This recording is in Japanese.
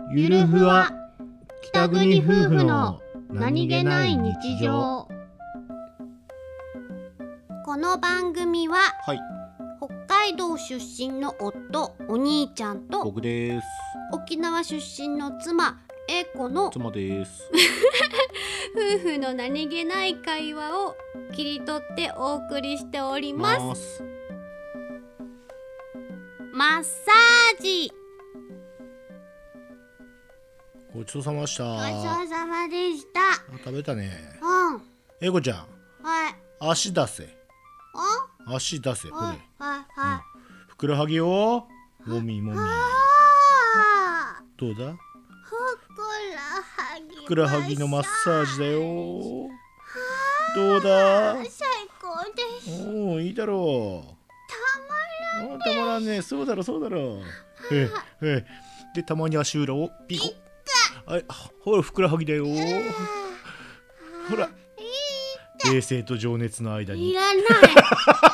ゆるふわ北国夫婦の何気ない日常。 この番組は、 はい、 北海道出身の夫お兄ちゃんと僕です。 沖縄出身の妻英子の妻です。 夫婦の何気ない会話を切り取ってお送りしております。マッサージ。 ごちそうさまでした。 ごちそうさまでした。 食べたね。 うん。 英子ちゃん、 はい。 足出せ。 あ？ 足出せ。これ。 はいはい。 ふくらはぎをもみもみ。 あどうだ？ ふふくらはぎのマッサージだよ。どうだ？ 最高です。 おお、いいだろう。たまらんね。そうだろそうだろ。で、たまに足裏をピコ。ほら、ふくらはぎだよ。ほら、平成と情熱の間に。 いらない。